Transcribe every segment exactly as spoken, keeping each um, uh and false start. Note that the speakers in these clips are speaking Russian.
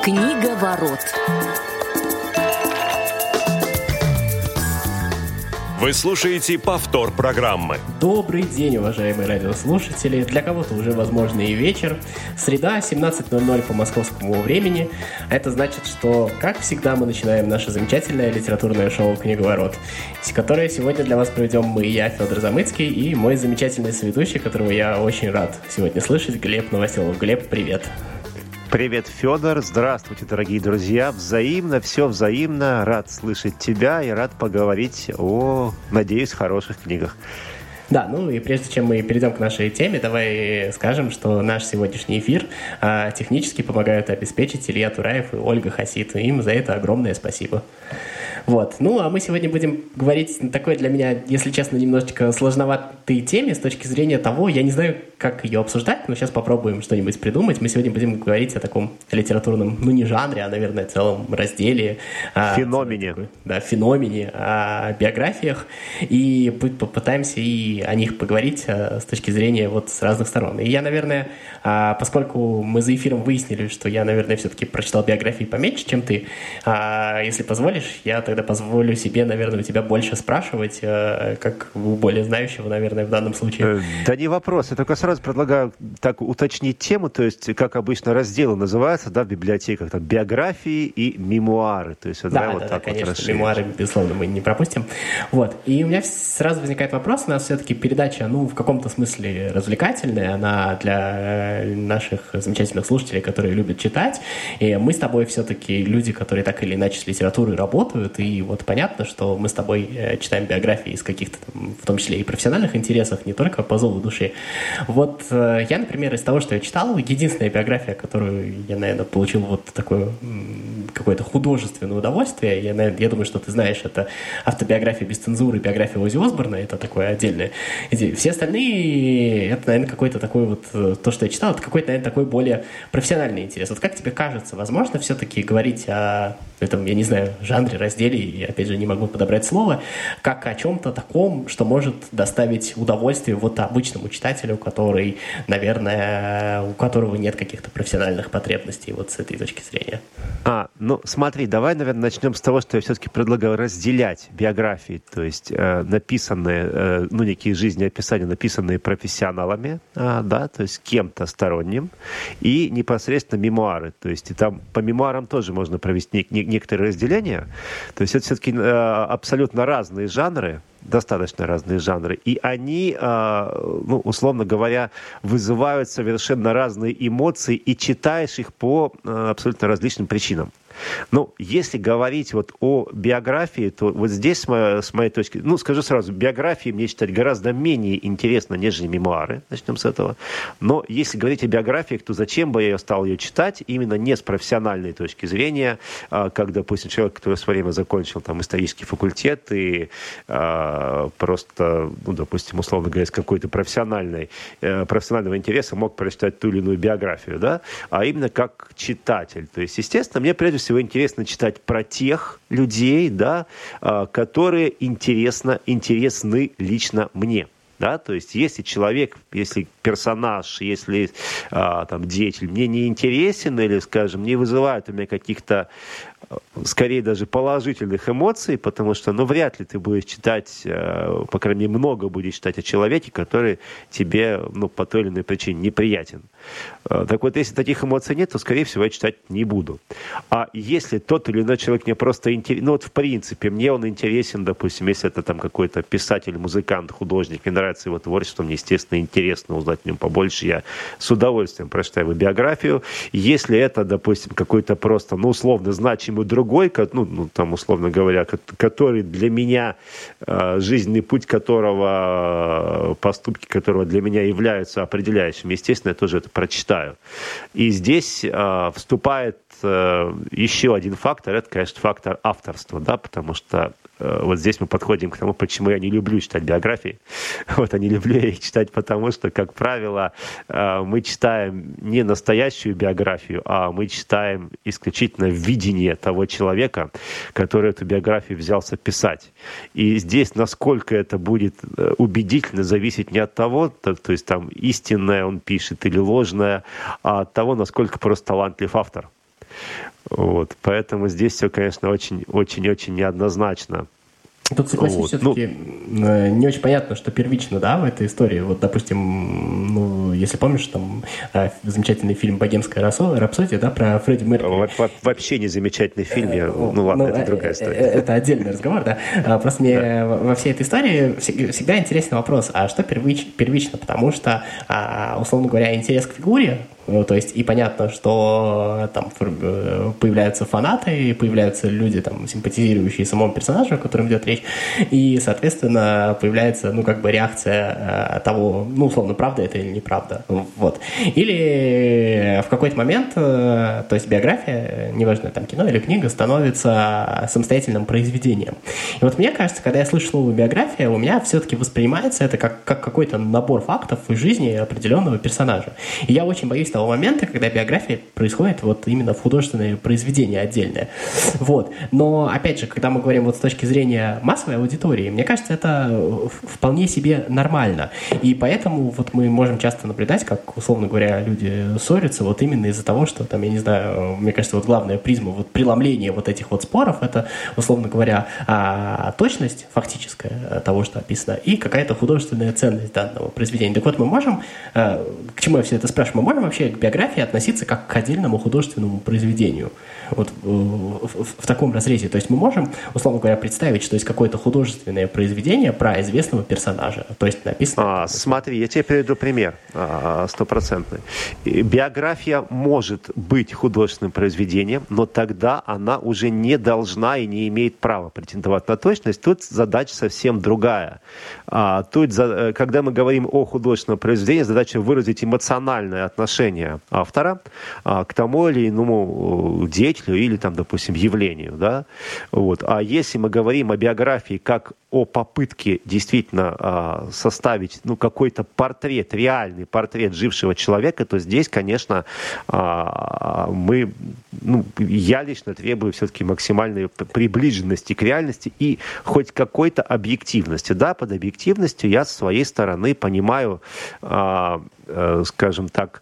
Книга ворот. Вы слушаете повтор программы. Добрый день, уважаемые радиослушатели. Для кого-то уже, возможно, и вечер. Среда, семнадцать ноль ноль по московскому времени. Это значит, что, как всегда, мы начинаем наше замечательное литературное шоу «Книговорот», которое сегодня для вас проведем мы, я, Федор Замыцкий, и мой замечательный соведущий, которого я очень рад сегодня слышать, Глеб Новоселов. Глеб, привет. Привет, Федор. Здравствуйте, дорогие друзья. Взаимно, все взаимно. Рад слышать тебя и рад поговорить о, надеюсь, хороших книгах. Да, ну и прежде чем мы перейдем к нашей теме, давай скажем, что наш сегодняшний эфир а, технически помогают обеспечить Илья Тураев и Ольга Хасит. Им за это огромное спасибо. Вот. Ну, а мы сегодня будем говорить на такой для меня, если честно, немножечко сложноватой теме с точки зрения того, я не знаю, как ее обсуждать, но сейчас попробуем что-нибудь придумать. Мы сегодня будем говорить о таком литературном, ну, не жанре, а, наверное, целом разделе. Феномене. О, да, феномене, о биографиях. И попытаемся и о них поговорить с точки зрения вот с разных сторон. И я, наверное, поскольку мы за эфиром выяснили, что я, наверное, все-таки прочитал биографии поменьше, чем ты, если позволишь, я тогда позволю себе, наверное, у тебя больше спрашивать, как у более знающего, наверное, в данном случае. Да не вопрос. Я только сразу предлагаю так уточнить тему, то есть, как обычно, разделы называются, да, в библиотеках, там, биографии и мемуары. То есть, да, да, да, вот да, так конечно, вот мемуары, безусловно, мы не пропустим. Вот. И у меня сразу возникает вопрос, у нас все-таки передача, ну, в каком-то смысле развлекательная, она для наших замечательных слушателей, которые любят читать, и мы с тобой все-таки люди, которые так или иначе с литературой работают, и вот понятно, что мы с тобой читаем биографии из каких-то, в том числе и профессиональных интересов, не только по зову души. Вот я, например, из того, что я читал, единственная биография, которую я, наверное, получил вот такое какое-то художественное удовольствие, я, наверное, я думаю, что ты знаешь, это автобиография без цензуры, биография Оззи Осборна, это такое отдельное. Все остальные, это, наверное, какой-то такой вот, то, что я читал, это какой-то, наверное, такой более профессиональный интерес. Вот как тебе кажется, возможно все-таки говорить о этом, я не знаю, жанре, разделе, и, опять же, не могу подобрать слово, как о чем-то таком, что может доставить удовольствие вот обычному читателю, который, наверное, у которого нет каких-то профессиональных потребностей вот с этой точки зрения? А, ну, смотри, давай, наверное, начнем с того, что я все-таки предлагаю разделять биографии, то есть э, написанные, э, ну, некие жизнеописания, написанные профессионалами, э, да, то есть кем-то сторонним, и непосредственно мемуары, то есть и там по мемуарам тоже можно провести не, не, некоторые разделения, то есть это все-таки э, абсолютно разные жанры, достаточно разные жанры, и они, ну, условно говоря, вызывают совершенно разные эмоции, и читаешь их по абсолютно различным причинам. Ну, если говорить вот о биографии, то вот здесь, с моей, с моей точки, ну, скажу сразу, биографии мне читать гораздо менее интересно, нежели мемуары, начнем с этого. Но если говорить о биографиях, то зачем бы я стал ее читать именно не с профессиональной точки зрения, как, допустим, человек, который в свое время закончил там исторический факультет и а, просто, ну, допустим, условно говоря, с какой-то профессиональной, профессионального интереса мог прочитать ту или иную биографию, да, а именно как читатель. То есть, естественно, мне прежде всего интересно читать про тех людей, да, которые интересно, интересны лично мне. Да, то есть, если человек, если персонаж, если а, там, деятель мне не интересен или, скажем, не вызывает у меня каких-то, скорее даже положительных эмоций, потому что, ну, вряд ли ты будешь читать, а, по крайней мере, много будешь читать о человеке, который тебе, ну, по той или иной причине неприятен. А, так вот, если таких эмоций нет, то, скорее всего, я читать не буду. А если тот или иной человек мне просто интересен, ну, вот, в принципе, мне он интересен, допустим, если это там какой-то писатель, музыкант, художник, мне нравится его творчество, мне, естественно, интересно узнать о нем побольше, я с удовольствием прочитаю его биографию. Если это, допустим, какой-то просто, ну, условно значимый другой, ну, ну там, условно говоря, который для меня, жизненный путь которого, поступки которого для меня являются определяющими, естественно, я тоже это прочитаю. И здесь э, вступает э, еще один фактор, это, конечно, фактор авторства, да, потому что э, вот здесь мы подходим к тому, почему я не люблю читать биографии. Вот, а не люблю я их читать, потому что, как правило, э, мы читаем не настоящую биографию, а мы читаем исключительно видение того человека, который эту биографию взялся писать. И здесь, насколько это будет убедительно, зависит не от того, то, то есть там истинное он пишет или ложное, а от того, насколько просто талантлив автор. Вот. Поэтому здесь все, конечно, очень-очень-очень неоднозначно. Тут, согласись, вот. все-таки ну, не очень понятно, что первично, да, в этой истории. Вот, допустим, ну, если помнишь, там замечательный фильм «Богемская рапсодия», да, про Фредди Меркьюри. Во- вообще не замечательный фильм, я, ну ладно, ну, это другая история. Это отдельный разговор, да. Просто мне да. во всей этой истории всегда интересный вопрос, а что первич, первично? Потому что, условно говоря, интерес к фигуре, ну, то есть и понятно, что там появляются фанаты, появляются люди, там, симпатизирующие самому персонажу, о котором идет речь, и, соответственно, появляется, ну, как бы реакция того, ну, условно, правда это или неправда, вот. Или в какой-то момент, то есть биография, неважно, там, кино или книга, становится самостоятельным произведением. И вот мне кажется, когда я слышу слово биография, у меня все-таки воспринимается это как, как какой-то набор фактов из жизни определенного персонажа. И я очень боюсь того момента, когда биография происходит вот именно в художественное произведение отдельное. Вот. Но, опять же, когда мы говорим вот с точки зрения массовой аудитории, мне кажется, это вполне себе нормально. И поэтому вот мы можем часто наблюдать, как, условно говоря, люди ссорятся вот именно из-за того, что там, я не знаю, мне кажется, вот главная призма вот преломления вот этих вот споров, это, условно говоря, точность фактическая того, что описано, и какая-то художественная ценность данного произведения. Так вот, мы можем, к чему я все это спрашиваю, мы можем вообще к биографии относиться как к отдельному художественному произведению. Вот в, в, в таком разрезе. То есть мы можем, условно говоря, представить, что есть какое-то художественное произведение про известного персонажа. То есть написано... А, смотри, я тебе приведу пример стопроцентный. Биография может быть художественным произведением, но тогда она уже не должна и не имеет права претендовать на точность. Тут задача совсем другая. А, тут, когда мы говорим о художественном произведении, задача выразить эмоциональное отношение автора а, к тому или иному деятелю или, там, допустим, явлению. Да? Вот. А если мы говорим о биографии как о попытке действительно а, составить ну, какой-то портрет, реальный портрет жившего человека, то здесь, конечно, а, мы, ну, я лично требую все-таки максимальной приближенности к реальности и хоть какой-то объективности. Да, под объективностью я с своей стороны понимаю, а, скажем так,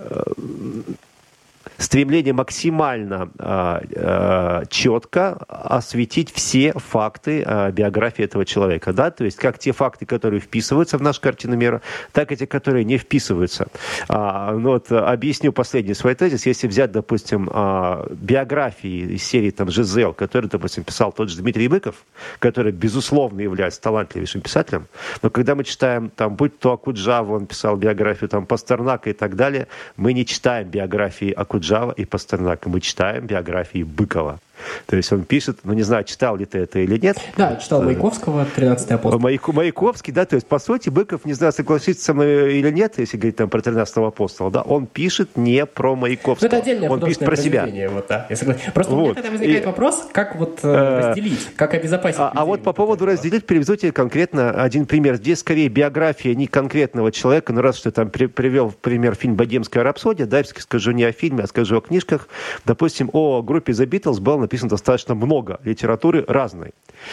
стремление максимально э, э, четко осветить все факты э, биографии этого человека. Да? То есть как те факты, которые вписываются в нашу картину мира, так и те, которые не вписываются. А, ну, вот, объясню последний свой тезис. Если взять, допустим, э, биографии из серии там, «Жизель», который, допустим, писал тот же Дмитрий Быков, который, безусловно, является талантливейшим писателем, но когда мы читаем, там, будь то Окуджава, он писал биографию там, Пастернака и так далее, мы не читаем биографии Окуджава и Пастернака, мы читаем биографии Быкова. То есть он пишет, ну не знаю, читал ли ты это или нет. Да, читал Маяковского «тринадцатый апостол». Маяк, Маяковский, да, то есть по сути Быков, не знаю, согласится со мной или нет, если говорить там про тринадцатого апостола, да, он пишет не про Маяковского. Ну, это отдельное он пишет про себя. Вот, да, я согласен. Просто вот. У меня тогда возникает и, вопрос, как вот э, разделить, как обезопасить. А, а вот по поводу этого. разделить, приведу тебе конкретно один пример. Здесь скорее биография не конкретного человека, но раз что я там при, привел в пример фильм «Богемская рапсодия», да, скажу не о фильме, а скажу о книжках. Допустим, о группе The Beatles было написано достаточно много литературы разной.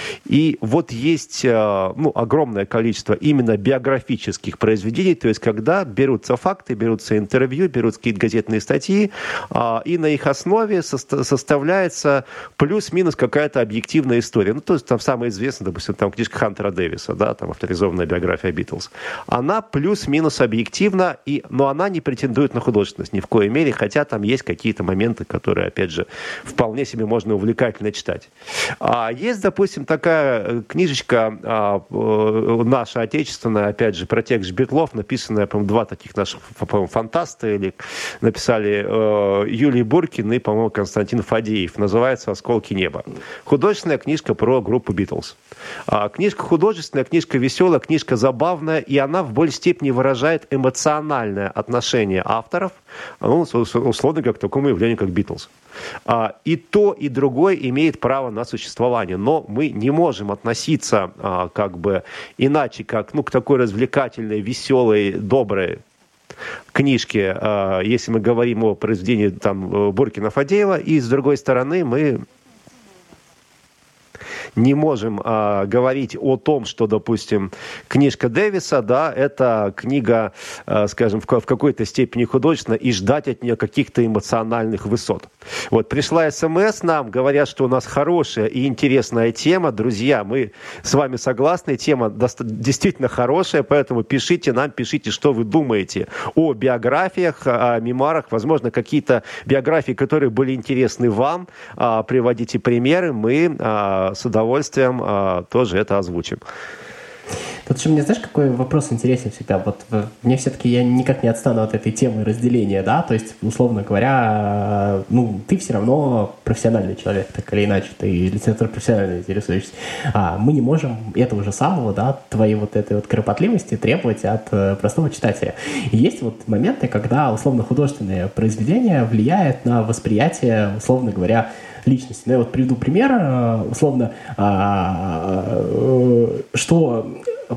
И вот есть ну, огромное количество именно биографических произведений, то есть когда берутся факты, берутся интервью, берутся какие-то газетные статьи, и на их основе составляется плюс-минус какая-то объективная история. Ну, то есть там самое известное, допустим, там книжка Хантера Дэвиса, да, там авторизованная биография Битлз. Она плюс-минус объективна, и, но она не претендует на художественность ни в коей мере, хотя там есть какие-то моменты, которые, опять же, вполне себе можно увлекательно читать. А есть, допустим, такая книжечка а, наша отечественная, опять же, про текст Битлов, написанная, по-моему, два таких наших, по-моему, фантаста, или написали э, Юлий Буркин и, по-моему, Константин Фадеев. Называется «Осколки неба». Художественная книжка про группу Битлз. А, книжка художественная, книжка веселая, книжка забавная, и она в большей степени выражает эмоциональное отношение авторов, ну, условно, как к такому явлению, как Битлз. А, и то, и другое имеет право на существование, но мы не можем относиться а, как бы иначе, как ну, к такой развлекательной, веселой, доброй книжке, а, если мы говорим о произведении там, Буркина-Фадеева, и с другой стороны мы не можем а, говорить о том, что, допустим, книжка Дэвиса, да, это книга, а, скажем, в, в какой-то степени художественная, и ждать от нее каких-то эмоциональных высот. Вот пришла СМС нам, говорят, что у нас хорошая и интересная тема. Друзья, мы с вами согласны, тема доста- действительно хорошая, поэтому пишите нам, пишите, что вы думаете о биографиях, о мемуарах, возможно, какие-то биографии, которые были интересны вам, а, приводите примеры, мы а, с удовольствием а, тоже это озвучим. Тут еще мне, знаешь, какой вопрос интересен всегда? Вот мне все-таки, я никак не отстану от этой темы разделения, да, то есть, условно говоря, ну, ты все равно профессиональный человек, так или иначе, ты литературой профессионально интересуешься. А мы не можем этого же самого, да, твоей вот этой вот кропотливости требовать от э, простого читателя. И есть вот моменты, когда условно-художественное произведение влияет на восприятие, условно говоря, личности. Ну, я вот приведу пример, условно, что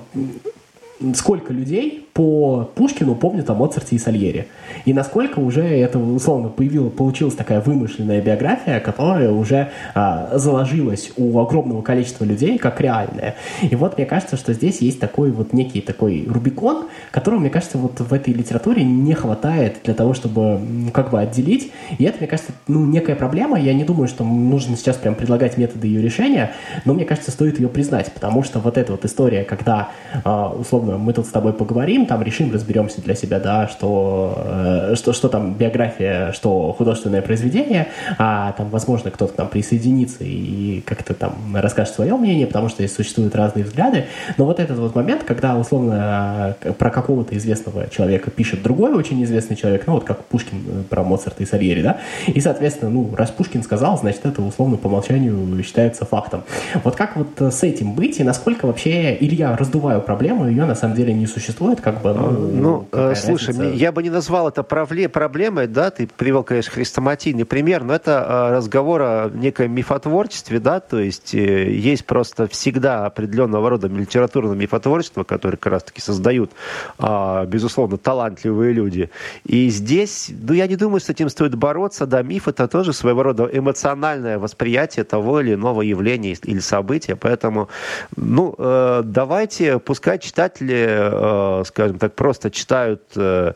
сколько людей по Пушкину помнят о Моцарте и Сальери. И насколько уже это, условно, появилась, получилась такая вымышленная биография, которая уже а, заложилась у огромного количества людей как реальная. И вот мне кажется, что здесь есть такой вот некий такой Рубикон, которого, мне кажется, вот в этой литературе не хватает для того, чтобы ну, как бы отделить. И это, мне кажется, ну, некая проблема. Я не думаю, что нужно сейчас прям предлагать методы ее решения, но мне кажется, стоит ее признать, потому что вот эта вот история, когда, а, условно, мы тут с тобой поговорим, там решим, разберемся для себя, да, что, э, что, что там биография, что художественное произведение, а там, возможно, кто-то там присоединится и как-то там расскажет свое мнение, потому что здесь существуют разные взгляды. Но вот этот вот момент, когда, условно, про какого-то известного человека пишет другой очень известный человек, ну, вот как Пушкин про Моцарта и Сальери, да, и, соответственно, ну, раз Пушкин сказал, значит, это, условно, по умолчанию считается фактом. Вот как вот с этим быть, и насколько вообще, или я раздуваю проблему, ее на самом деле не существует, как бы, ну, ну слушай, разница? Я бы не назвал это проблемой, да, ты привел, конечно, хрестоматийный пример, но это разговор о неком мифотворчестве, да, то есть есть просто всегда определенного рода литературное мифотворчество, которое как раз-таки создают, безусловно, талантливые люди. И здесь, ну, я не думаю, что с этим стоит бороться, да, миф — это тоже своего рода эмоциональное восприятие того или иного явления или события, поэтому, ну, давайте, пускай читатели, скажем так, просто читают э,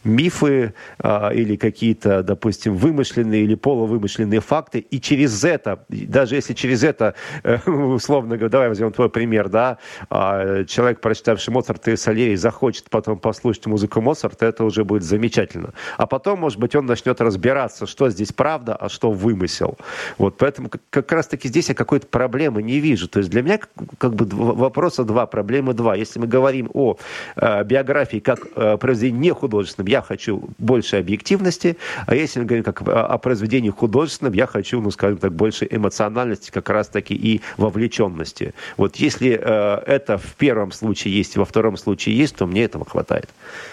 мифы э, или какие-то, допустим, вымышленные или полувымышленные факты, и через это, даже если через это, э, условно говоря, давай возьмем твой пример, да, э, человек, прочитавший Моцарта и Сальери, захочет потом послушать музыку Моцарта, это уже будет замечательно. А потом, может быть, он начнет разбираться, что здесь правда, а что вымысел. Вот, поэтому как, как раз-таки здесь я какой-то проблемы не вижу. То есть для меня как, как бы вопроса два, проблемы два. Если мы говорим о э, биографии как э, произведении не художественном, я хочу больше объективности, а если мы говорим как о, о произведении художественном, я хочу, ну, скажем так, больше эмоциональности как раз-таки и вовлеченности. Вот если э, это в первом случае есть, во втором случае есть, то мне этого хватает.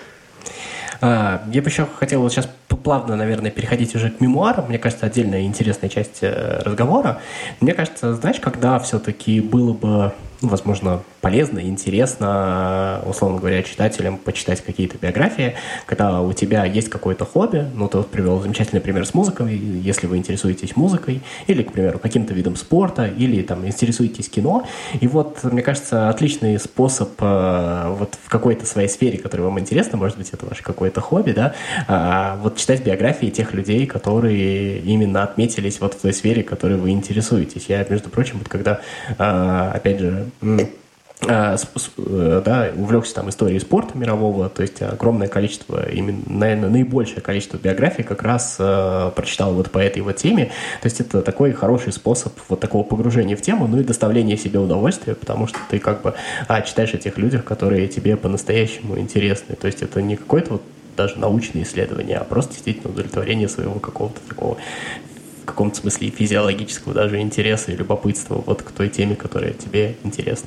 Я бы еще хотел вот сейчас плавно, наверное, переходить уже к мемуарам. Мне кажется, отдельная интересная часть разговора. Мне кажется, знаешь, когда все-таки было бы, ну, возможно, полезно, интересно, условно говоря, читателям почитать какие-то биографии, когда у тебя есть какое-то хобби, ну, ты вот привел замечательный пример с музыкой, если вы интересуетесь музыкой, или, к примеру, каким-то видом спорта, или там интересуетесь кино, и вот, мне кажется, отличный способ э, вот в какой-то своей сфере, которая вам интересна, может быть, это ваше какое-то хобби, да, э, вот читать биографии тех людей, которые именно отметились вот в той сфере, которой вы интересуетесь. Я, между прочим, вот когда, э, опять же, да, увлекся там историей спорта мирового, то есть огромное количество, именно, наверное, наибольшее количество биографий как раз э, прочитал вот по этой вот теме. То есть это такой хороший способ вот такого погружения в тему, ну и доставления себе удовольствия, потому что ты как бы а, читаешь о тех людях, которые тебе по-настоящему интересны. То есть это не какое-то вот даже научное исследование, а просто действительно удовлетворение своего какого-то такого, в каком-то смысле, физиологического даже интереса и любопытства вот к той теме, которая тебе интересна.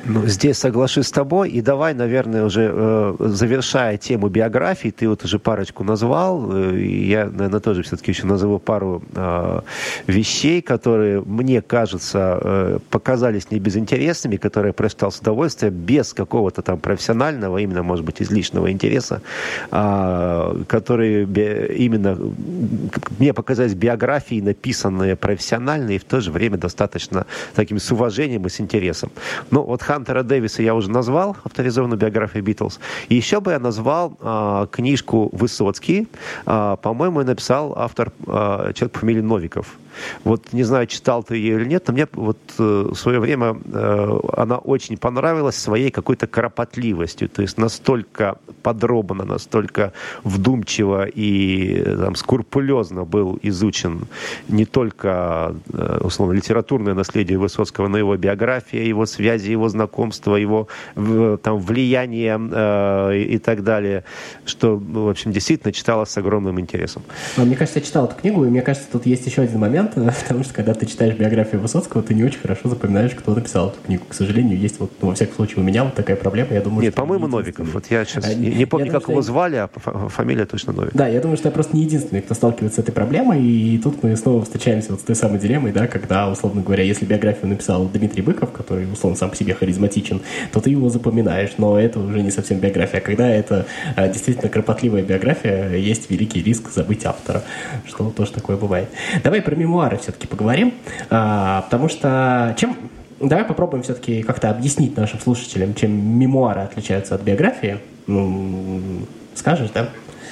Ну, здесь соглашусь с тобой. И давай, наверное, уже э, завершая тему биографии, ты вот уже парочку назвал. Э, и я, наверное, тоже все-таки еще назову пару э, вещей, которые, мне кажется, э, показались не безинтересными, которые я прочитал с удовольствием, без какого-то там профессионального, именно, может быть, излишнего интереса, э, которые би- именно мне показались биографии, написанные профессионально и в то же время достаточно таким с уважением и с интересом. Ну, вот Хантера Дэвиса я уже назвал, авторизованную биографию Битлз. И еще бы я назвал э, книжку «Высоцкий». Э, по-моему, написал автор, э, человек по фамилии Новиков. Вот не знаю, читал ты ее или нет, но мне вот э, в свое время э, она очень понравилась своей какой-то кропотливостью. То есть настолько подробно, настолько вдумчиво и там, скрупулезно был изучен не только, э, условно, литературное наследие Высоцкого, но и его биография, его связи, его знакомства, его там, влияние э, и так далее, что, в общем, действительно читалось с огромным интересом. Но, мне кажется, я читал эту книгу, и мне кажется, тут есть еще один момент, потому что, когда ты читаешь биографию Высоцкого, ты не очень хорошо запоминаешь, кто написал эту книгу. К сожалению, есть вот, ну, во всяком случае, у меня вот такая проблема. Я думаю, Нет, что по-моему, Новиков. Вот я сейчас а, не, не помню, как думаю, его звали, а фамилия точно Новиков. Да, я думаю, что я просто не единственный, кто сталкивается с этой проблемой, и тут мы снова встречаемся вот с той самой дилеммой, да, когда, условно говоря, если биографию написал Дмитрий Быков, который, условно, сам по себе харизматичен, то ты его запоминаешь, но это уже не совсем биография. А когда это а, действительно кропотливая биография, есть великий риск забыть автора, что тоже такое бывает. Давай про мемуары все-таки поговорим. А, потому что чем... Давай попробуем все-таки как-то объяснить нашим слушателям, чем мемуары отличаются от биографии. Ну, скажешь, да?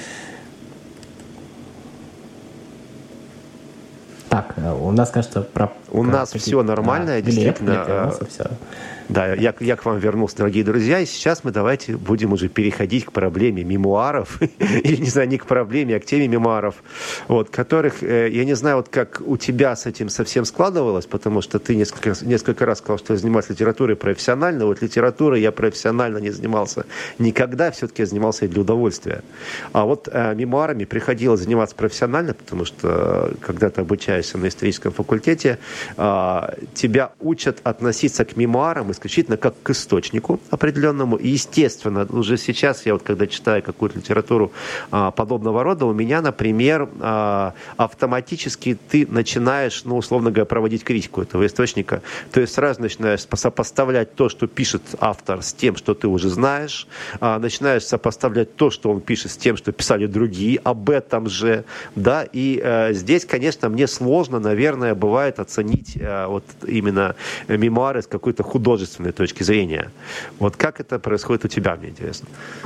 Так, у нас, кажется, про... У про... нас все нормально, а, действительно. Билет, все. Да, я, я к вам вернулся, дорогие друзья, и сейчас мы давайте будем уже переходить к проблеме мемуаров, или, не знаю, не к проблеме, а к теме мемуаров, вот, которых, э, я не знаю, вот как у тебя с этим совсем складывалось, потому что ты несколько, несколько раз сказал, что я занимаюсь литературой профессионально, вот литературой я профессионально не занимался никогда, все-таки я занимался для удовольствия. А вот э, мемуарами приходилось заниматься профессионально, потому что, э, когда ты обучаешься на историческом факультете, э, тебя учат относиться к мемуарам исключительно как к источнику определенному. И, естественно, уже сейчас я вот когда читаю какую-то литературу а, подобного рода, у меня, например, а, автоматически ты начинаешь, ну, условно говоря, проводить критику этого источника. То есть сразу начинаешь сопоставлять то, что пишет автор, с тем, что ты уже знаешь. А, начинаешь сопоставлять то, что он пишет, с тем, что писали другие об этом же. Да? И а, здесь, конечно, мне сложно, наверное, бывает оценить а, вот именно мемуары с какой-то художественной точки зрения. Вот как это происходит у тебя, мне интересно.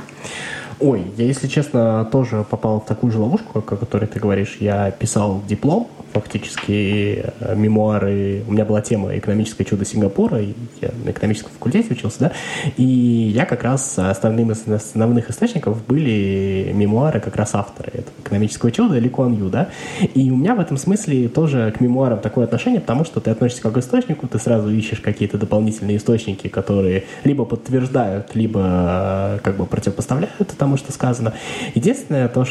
Ой, я, если честно, тоже попал в такую же ловушку, о которой ты говоришь. Я писал диплом, фактически мемуары. У меня была тема «Экономическое чудо Сингапура», и я на экономическом факультете учился, да, и я как раз основным из основных источников были мемуары как раз автора этого «Экономического чуда» Ли Куан Ю, да, и у меня в этом смысле тоже к мемуарам такое отношение, потому что ты относишься как к источнику, ты сразу ищешь какие-то дополнительные источники, которые либо подтверждают, либо как бы противопоставляют тому, что сказано. Единственное то,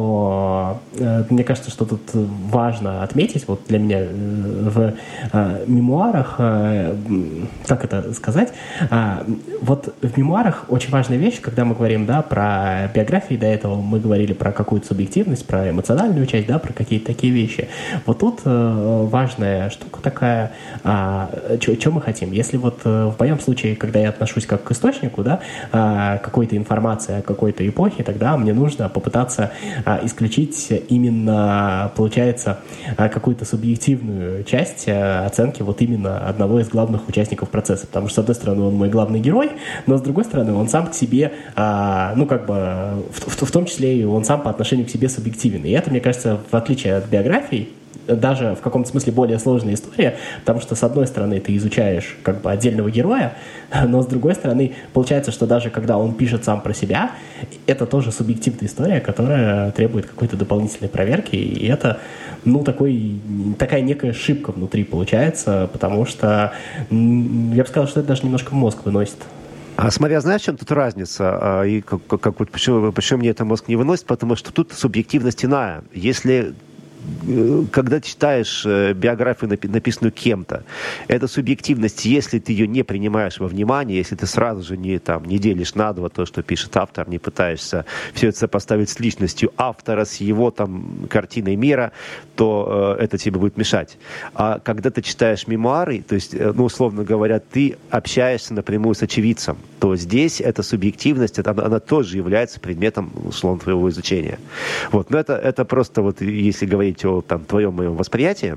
что э, мне кажется, что тут важно отметить, вот для меня в э, мемуарах, э, как это сказать, э, вот в мемуарах очень важная вещь, когда мы говорим, да, про биографии, до этого мы говорили про какую-то субъективность, про эмоциональную часть, да, про какие-то такие вещи. Вот тут э, важная штука такая, э, что мы хотим. Если вот э, в моем случае, когда я отношусь как к источнику, да, э, какой-то информации о какой-то эпохи, тогда мне нужно попытаться а, исключить именно, получается, а, какую-то субъективную часть а, оценки вот именно одного из главных участников процесса. Потому что, с одной стороны, он мой главный герой, но, с другой стороны, он сам к себе, а, ну, как бы, в, в, в том числе и он сам по отношению к себе субъективен. И это, мне кажется, в отличие от биографий, даже в каком-то смысле более сложная история, потому что, с одной стороны, ты изучаешь как бы отдельного героя, но, с другой стороны, получается, что даже когда он пишет сам про себя, это тоже субъективная история, которая требует какой-то дополнительной проверки, и это, ну, такой, такая некая ошибка внутри получается, потому что, я бы сказал, что это даже немножко в мозг выносит. А смотри, а знаешь, в чем тут разница? И как, как, как, почему, почему мне это мозг не выносит? Потому что тут субъективность иная. Если когда читаешь биографию, написанную кем-то, эта субъективность, если ты ее не принимаешь во внимание, если ты сразу же не, там, не делишь на два то, что пишет автор, не пытаешься все это сопоставить с личностью автора, с его там, картиной мира, то э, это тебе будет мешать. А когда ты читаешь мемуары, то есть, ну, условно говоря, ты общаешься напрямую с очевидцем, то здесь эта субъективность, это, она, она тоже является предметом, условно, твоего изучения. Вот. Но это, это просто, вот, если говорить о там, твоем моем восприятии,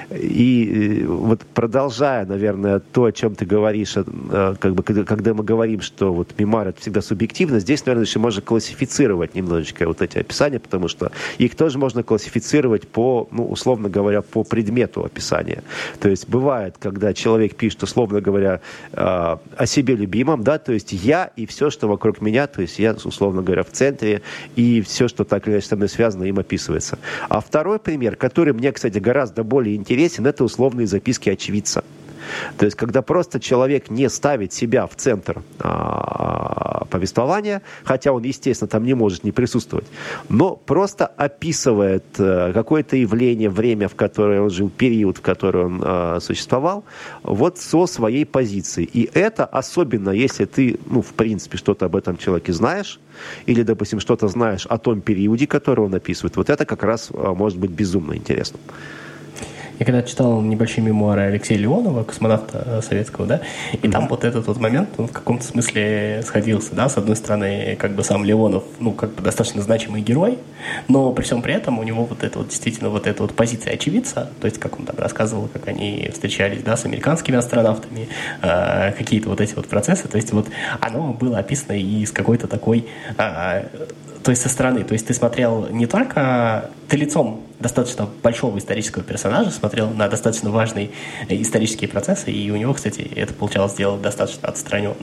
и вот продолжая, наверное, то, о чем ты говоришь, как бы, когда мы говорим, что вот мемуар это всегда субъективно, здесь, наверное, еще можно классифицировать немножечко вот эти описания, потому что их тоже можно классифицировать по, ну, условно говоря, по предмету описания. То есть бывает, когда человек пишет, условно говоря, о себе любимом, да, то есть я и все, что вокруг меня, то есть я, условно говоря, в центре, и все, что так или иначе со мной связано, им описывается. А второй пример, который мне, кстати, гораздо более интересен, это условные записки очевидца. То есть, когда просто человек не ставит себя в центр а, повествования, хотя он, естественно, там не может не присутствовать, но просто описывает а, какое-то явление, время, в которое он жил, период, в который он а, существовал, вот со своей позиции. И это особенно, если ты, ну, в принципе, что-то об этом человеке знаешь, или, допустим, что-то знаешь о том периоде, который он описывает, вот это как раз а, может быть безумно интересно. Я когда читал небольшие мемуары Алексея Леонова, космонавта советского, да, и mm-hmm. там вот этот вот момент, он в каком-то смысле сходился, да, с одной стороны, как бы сам Леонов, ну, как бы достаточно значимый герой, но при всем при этом у него вот это вот действительно вот эта вот позиция очевидца, то есть как он там рассказывал, как они встречались, да, с американскими астронавтами, э, какие-то вот эти вот процессы, то есть вот оно было описано и с какой-то такой... Э, то есть со стороны. То есть ты смотрел не только... Ты лицом достаточно большого исторического персонажа смотрел на достаточно важные исторические процессы, и у него, кстати, это получалось сделать достаточно отстраненно.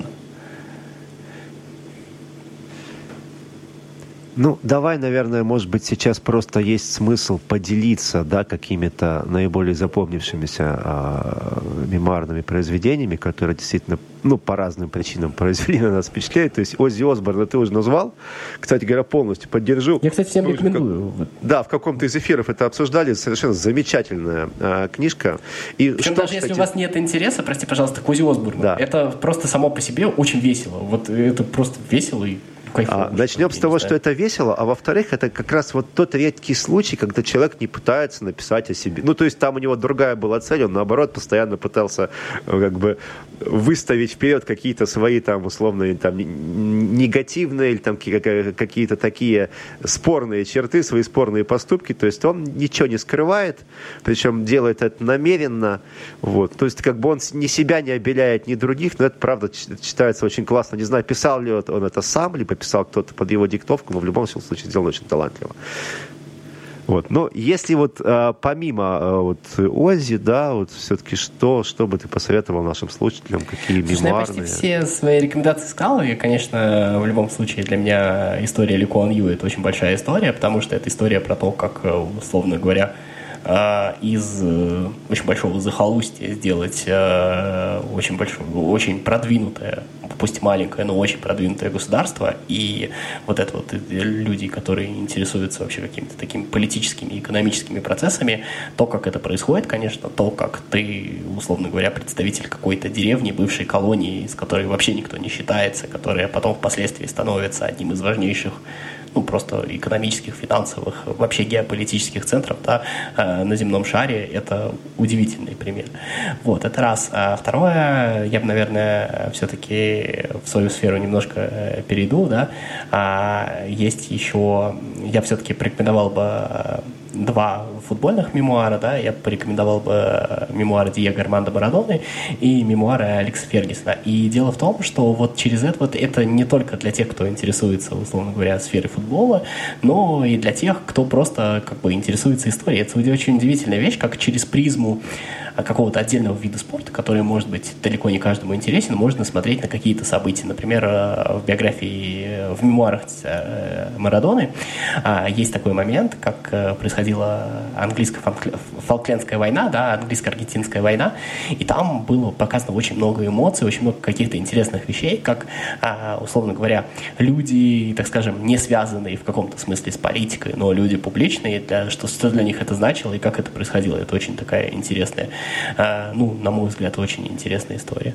Ну, давай, наверное, может быть, сейчас просто есть смысл поделиться, да, какими-то наиболее запомнившимися а, мемуарными произведениями, которые действительно, ну, по разным причинам произвели на нас впечатление. То есть Оззи Осборна ты уже назвал. Кстати говоря, полностью поддержу. Я, кстати, всем ну, рекомендую. Как, да, в каком-то из эфиров это обсуждали. Совершенно замечательная а, книжка. И Причем что, даже кстати... если у вас нет интереса, прости, пожалуйста, к Оззи Осборну, да. Это просто само по себе очень весело. Вот это просто весело и А, начнем с того, что это весело, а во-вторых, это как раз вот тот редкий случай, когда человек не пытается написать о себе. Ну, то есть там у него другая была цель, он, наоборот, постоянно пытался как бы выставить вперед какие-то свои там условные там негативные или там какие-то такие спорные черты, свои спорные поступки. То есть он ничего не скрывает, причем делает это намеренно. Вот. То есть как бы он ни себя не обеляет, ни других, но это, правда, читается очень классно. Не знаю, писал ли он это сам, либо писал кто-то под его диктовку, но в любом случае сделано очень талантливо. Вот. Но если вот а, помимо а, вот Оззи, да, вот все-таки что, что бы ты посоветовал нашим слушателям, какие Слушай, мемуарные? Я почти все свои рекомендации сказал, и, конечно, в любом случае для меня история Ли Куан Ю — это очень большая история, потому что это история про то, как, условно говоря, из очень большого захолустья сделать очень большое, очень продвинутое, пусть маленькое, но очень продвинутое государство. И вот это вот люди, которые интересуются вообще какими-то такими политическими, экономическими процессами, то, как это происходит, конечно, то, как ты, условно говоря, представитель какой-то деревни, бывшей колонии, с которой вообще никто не считается, которая потом впоследствии становится одним из важнейших, ну, просто экономических, финансовых, вообще геополитических центров, да, э, на земном шаре, это удивительный пример. Вот, это раз. А второе, я бы, наверное, все-таки в свою сферу немножко перейду, да. А есть еще, я все-таки порекомендовал бы два футбольных мемуара, да, я порекомендовал бы мемуары Диего Армандо Марадоны и мемуары Алекса Фергюсона. И дело в том, что вот через это вот это не только для тех, кто интересуется, условно говоря, сферой футбола, но и для тех, кто просто как бы интересуется историей. Это очень удивительная вещь, как через призму какого-то отдельного вида спорта, который, может быть, далеко не каждому интересен, можно смотреть на какие-то события. Например, в биографии, в мемуарах Марадоны есть такой момент, как происходила английско-фолклендская война, да, английско-аргентинская война, и там было показано очень много эмоций, очень много каких-то интересных вещей, как, условно говоря, люди, так скажем, не связанные в каком-то смысле с политикой, но люди публичные, для, что, что для них это значило и как это происходило. Это очень такая интересная, ну, на мой взгляд, очень интересная история.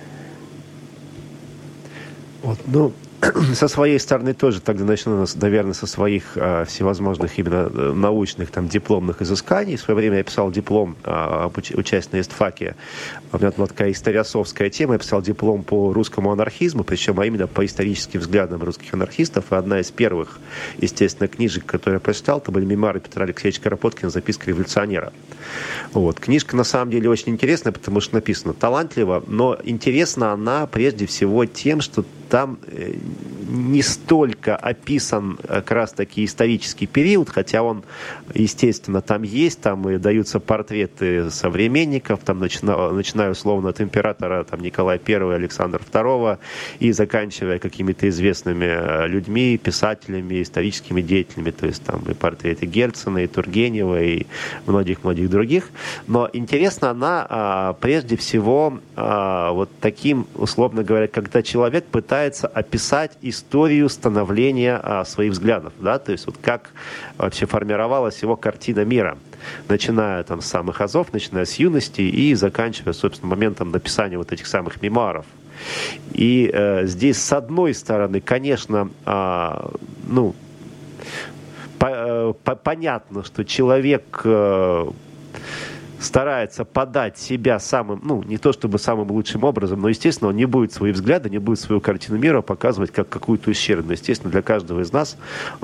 Вот, ну, со своей стороны тоже тогда начну, наверное, со своих а, всевозможных именно научных, там, дипломных изысканий. В свое время я писал диплом а, об уч- участии на ИСТФАКе. У меня была такая историосовская тема. Я писал диплом по русскому анархизму, причем а именно по историческим взглядам русских анархистов. И одна из первых, естественно, книжек, которые я прочитал, это были мемуары Петра Алексеевича Кропоткина «Записка революционера». Вот. Книжка, на самом деле, очень интересная, потому что написана талантливо, но интересна она прежде всего тем, что там не столько описан как раз-таки исторический период, хотя он, естественно, там есть, там и даются портреты современников, там, начиная, начиная условно от императора там, Николая Первого, Александра Второго и заканчивая какими-то известными людьми, писателями, историческими деятелями, то есть там и портреты Герцена, и Тургенева, и многих-многих других. Но интересна она а, прежде всего а, вот таким, условно говоря, когда человек пытается описать историю становления а, своих взглядов, да, то есть вот как вообще формировалась его картина мира, начиная там с самых азов, начиная с юности и заканчивая, собственно, моментом написания вот этих самых мемуаров. И э, здесь, с одной стороны, конечно, э, ну, по, по, понятно, что человек э, старается подать себя самым, ну, не то чтобы самым лучшим образом, но, естественно, он не будет свои взгляды, не будет свою картину мира показывать как какую-то ущербную. Естественно, для каждого из нас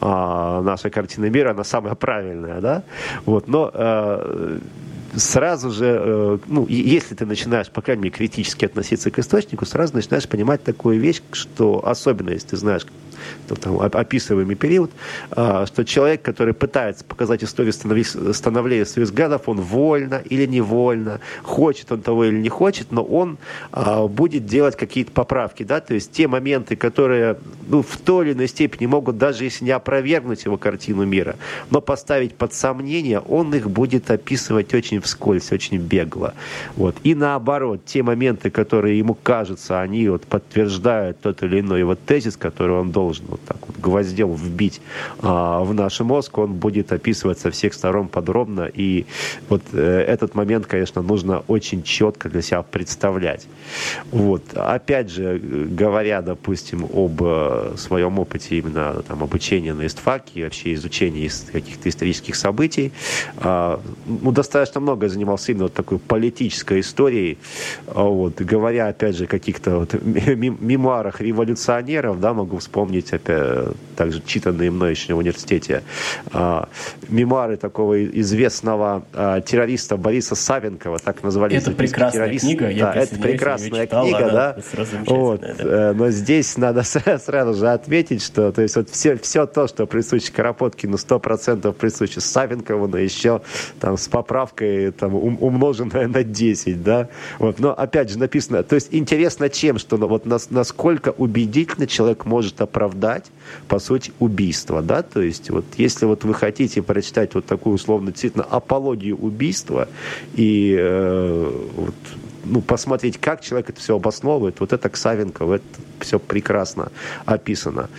а, наша картина мира, она самая правильная, да? Вот, но а, сразу же, ну, если ты начинаешь, по крайней мере, критически относиться к источнику, сразу начинаешь понимать такую вещь, что, особенно если ты знаешь, там, описываемый период, что человек, который пытается показать историю становления своих взглядов, он вольно или невольно, хочет он того или не хочет, но он будет делать какие-то поправки, да, то есть те моменты, которые, ну, в той или иной степени могут, даже если не опровергнуть его картину мира, но поставить под сомнение, он их будет описывать очень вскользь, очень бегло. Вот. И наоборот, те моменты, которые ему кажутся, они вот подтверждают тот или иной вот тезис, который он должен вот так вот гвоздем вбить а, в наш мозг, он будет описывать со всех сторон подробно. И вот э, этот момент, конечно, нужно очень четко для себя представлять. Вот. Опять же, говоря, допустим, об э, своем опыте именно там, обучения на ИСТФАКе и вообще изучения каких-то исторических событий, э, ну, достаточно много занимался именно вот такой политической историей. Вот. Говоря, опять же, о каких-то вот мемуарах революционеров, да, могу вспомнить, опять, также читанные мной еще в университете, э, мемуары такого известного э, террориста Бориса Савенкова, так назвали. Это прекрасная террорист. книга. Я да, это прекрасная читал, книга, да. Вот. Да. Но здесь надо сразу же отметить, что то есть, вот все, все то, что присуще Кропоткину, сто процентов присуще Савенкову, но еще там, с поправкой там, умноженное на десять. Да? Вот. Но опять же написано, то есть интересно чем, что вот нас, насколько убедительно человек может оправдать, по сути, убийство. Да? То есть вот, если вот вы хотите прочитать вот такую условно действительно апологию убийства и э, вот, ну, посмотреть, как человек это все обосновывает, вот это Савенков, это все прекрасно описано.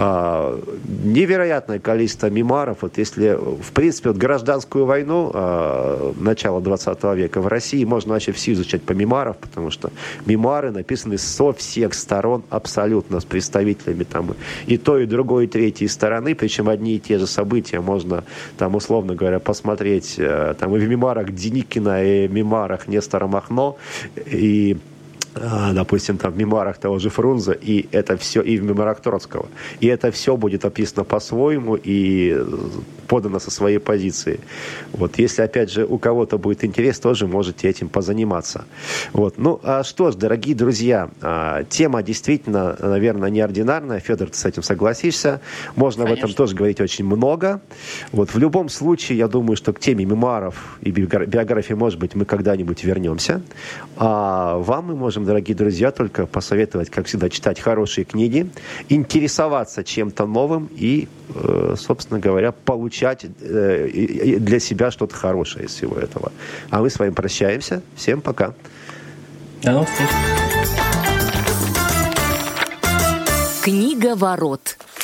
А, невероятное количество мемуаров. Вот если, в принципе, вот гражданскую войну а, начала двадцатого века в России можно вообще все изучать по мемуарам, потому что мемуары написаны со всех сторон абсолютно, с представителями там и той, и другой, и третьей стороны, причем одни и те же события можно, там, условно говоря, посмотреть там, и в мемуарах Деникина, и в мемуарах Нестора Махно, и, допустим, там в мемуарах того же Фрунзе, и это все, и в мемуарах Троцкого. И это все будет описано по-своему, и подано со своей позиции. Вот, если, опять же, у кого-то будет интерес, тоже можете этим позаниматься. Вот. Ну, а что ж, дорогие друзья, тема действительно, наверное, неординарная. Федор, ты с этим согласишься. Можно Конечно. об этом тоже говорить очень много. Вот, в любом случае, я думаю, что к теме мемуаров и биографии, может быть, мы когда-нибудь вернемся. А вам мы можем, дорогие друзья, только посоветовать, как всегда, читать хорошие книги, интересоваться чем-то новым и, собственно говоря, получать для себя что-то хорошее из всего этого. А мы с вами прощаемся. Всем пока. До новых встреч. Книга ворот.